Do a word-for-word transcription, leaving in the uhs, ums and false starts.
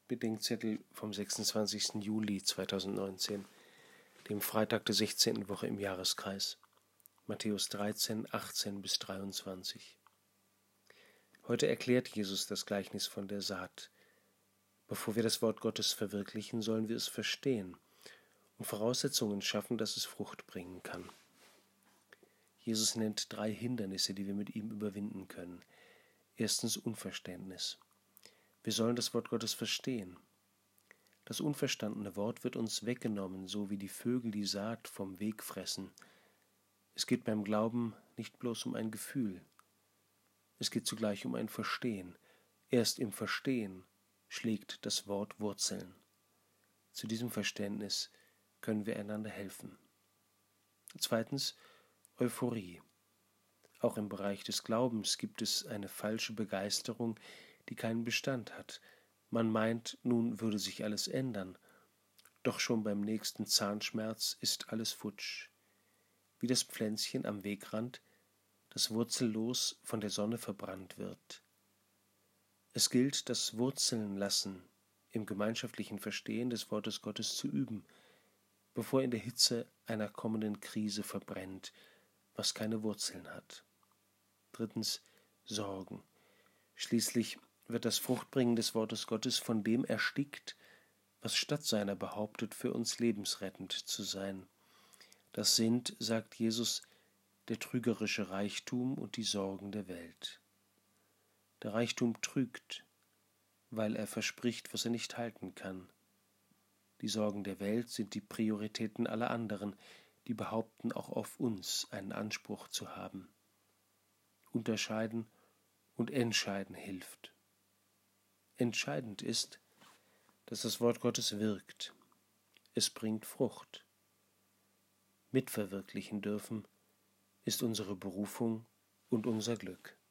Bedenkzettel vom sechsundzwanzigsten Juli zweitausendneunzehn, dem Freitag der sechzehnten Woche im Jahreskreis. Matthäus dreizehn, achtzehn bis dreiundzwanzig. Heute erklärt Jesus das Gleichnis von der Saat. Bevor wir das Wort Gottes verwirklichen, sollen wir es verstehen und Voraussetzungen schaffen, dass es Frucht bringen kann. Jesus nennt drei Hindernisse, die wir mit ihm überwinden können. Erstens Unverständnis. Wir sollen das Wort Gottes verstehen. Das unverstandene Wort wird uns weggenommen, so wie die Vögel die Saat vom Weg fressen. Es geht beim Glauben nicht bloß um ein Gefühl. Es geht zugleich um ein Verstehen. Erst im Verstehen schlägt das Wort Wurzeln. Zu diesem Verständnis können wir einander helfen. Zweitens Euphorie. Auch im Bereich des Glaubens gibt es eine falsche Begeisterung, die keinen Bestand hat. Man meint, nun würde sich alles ändern, doch schon beim nächsten Zahnschmerz ist alles futsch. Wie das Pflänzchen am Wegrand, das wurzellos von der Sonne verbrannt wird. Es gilt, das Wurzeln lassen im gemeinschaftlichen Verstehen des Wortes Gottes zu üben, bevor in der Hitze einer kommenden Krise verbrennt, was keine Wurzeln hat. Drittens Sorgen. Schließlich wird das Fruchtbringen des Wortes Gottes von dem erstickt, was statt seiner behauptet, für uns lebensrettend zu sein. Das sind, sagt Jesus, der trügerische Reichtum und die Sorgen der Welt. Der Reichtum trügt, weil er verspricht, was er nicht halten kann. Die Sorgen der Welt sind die Prioritäten aller anderen, die behaupten, auch auf uns einen Anspruch zu haben. Unterscheiden und entscheiden hilft. Entscheidend ist, dass das Wort Gottes wirkt. Es bringt Frucht. Mitverwirklichen dürfen ist unsere Berufung und unser Glück.